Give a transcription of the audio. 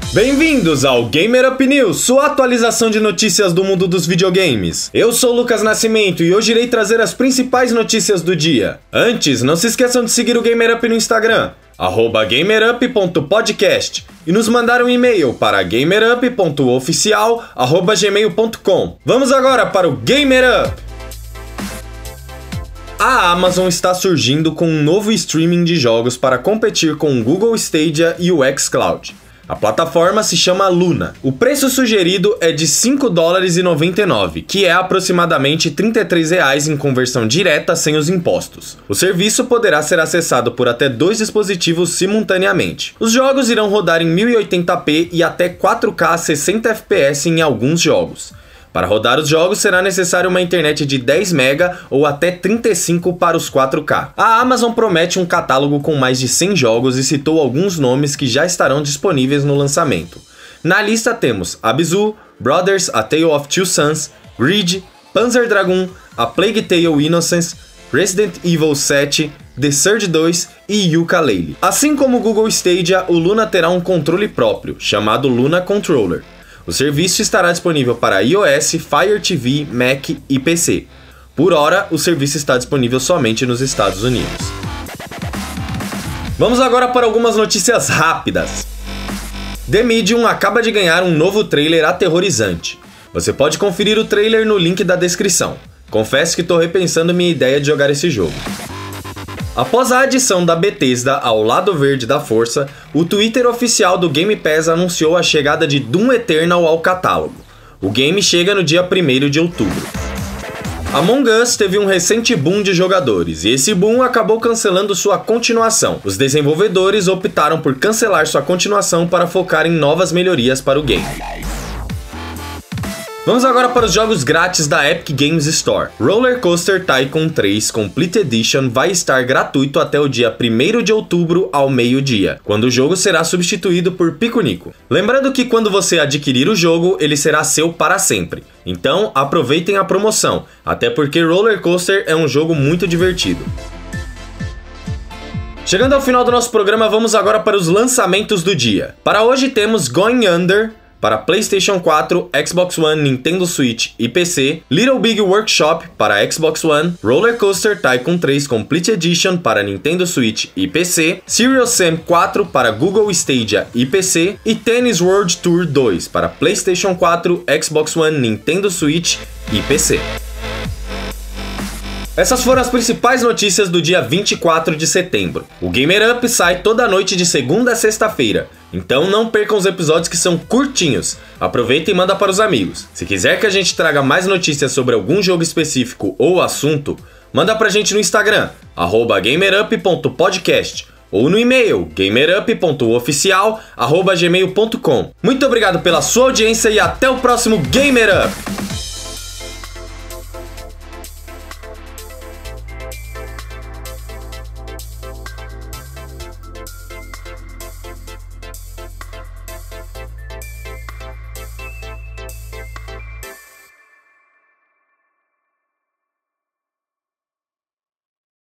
Bem-vindos ao Gamer Up News, sua atualização de notícias do mundo dos videogames. Eu sou o Lucas Nascimento e hoje irei trazer as principais notícias do dia. Antes, não se esqueçam de seguir o Gamer Up no Instagram, @gamerup.podcast, e nos mandar um e-mail para gamerup.oficial@gmail.com. Vamos agora para o Gamer Up! A Amazon está surgindo com um novo streaming de jogos para competir com o Google Stadia e o xCloud. A plataforma se chama Luna. O preço sugerido é de $5,99, que é aproximadamente R$33 em conversão direta sem os impostos. O serviço poderá ser acessado por até 2 dispositivos simultaneamente. Os jogos irão rodar em 1080p e até 4K a 60 FPS em alguns jogos. Para rodar os jogos será necessário uma internet de 10 MB ou até 35 para os 4K. A Amazon promete um catálogo com mais de 100 jogos e citou alguns nomes que já estarão disponíveis no lançamento. Na lista temos Abzu, Brothers: A Tale of Two Sons, Grid, Panzer Dragoon, A Plague Tale: Innocence, Resident Evil 7, The Surge 2 e Yooka-Laylee. Assim como o Google Stadia, o Luna terá um controle próprio, chamado Luna Controller. O serviço estará disponível para iOS, Fire TV, Mac e PC. Por hora, o serviço está disponível somente nos Estados Unidos. Vamos agora para algumas notícias rápidas. The Medium acaba de ganhar um novo trailer aterrorizante. Você pode conferir o trailer no link da descrição. Confesso que estou repensando minha ideia de jogar esse jogo. Após a adição da Bethesda ao lado verde da força, o Twitter oficial do Game Pass anunciou a chegada de Doom Eternal ao catálogo. O game chega no dia 1º de outubro. Among Us teve um recente boom de jogadores, e esse boom acabou cancelando sua continuação. Os desenvolvedores optaram por cancelar sua continuação para focar em novas melhorias para o game. Vamos agora para os jogos grátis da Epic Games Store. Roller Coaster Tycoon 3 Complete Edition vai estar gratuito até o dia 1º de outubro ao meio-dia, quando o jogo será substituído por Pico Nico. Lembrando que quando você adquirir o jogo, ele será seu para sempre. Então, aproveitem a promoção, até porque Roller Coaster é um jogo muito divertido. Chegando ao final do nosso programa, vamos agora para os lançamentos do dia. Para hoje temos Going Under para PlayStation 4, Xbox One, Nintendo Switch e PC, Little Big Workshop para Xbox One, Roller Coaster Tycoon 3 Complete Edition para Nintendo Switch e PC, Serious Sam 4 para Google Stadia e PC e Tennis World Tour 2 para PlayStation 4, Xbox One, Nintendo Switch e PC. Essas foram as principais notícias do dia 24 de setembro. O Gamer Up sai toda noite de segunda a sexta-feira, então não percam os episódios que são curtinhos. Aproveita e manda para os amigos. Se quiser que a gente traga mais notícias sobre algum jogo específico ou assunto, manda pra gente no Instagram, @gamerup.podcast, ou no e-mail, gamerup.oficial@gmail.com. Muito obrigado pela sua audiência e até o próximo Gamer Up!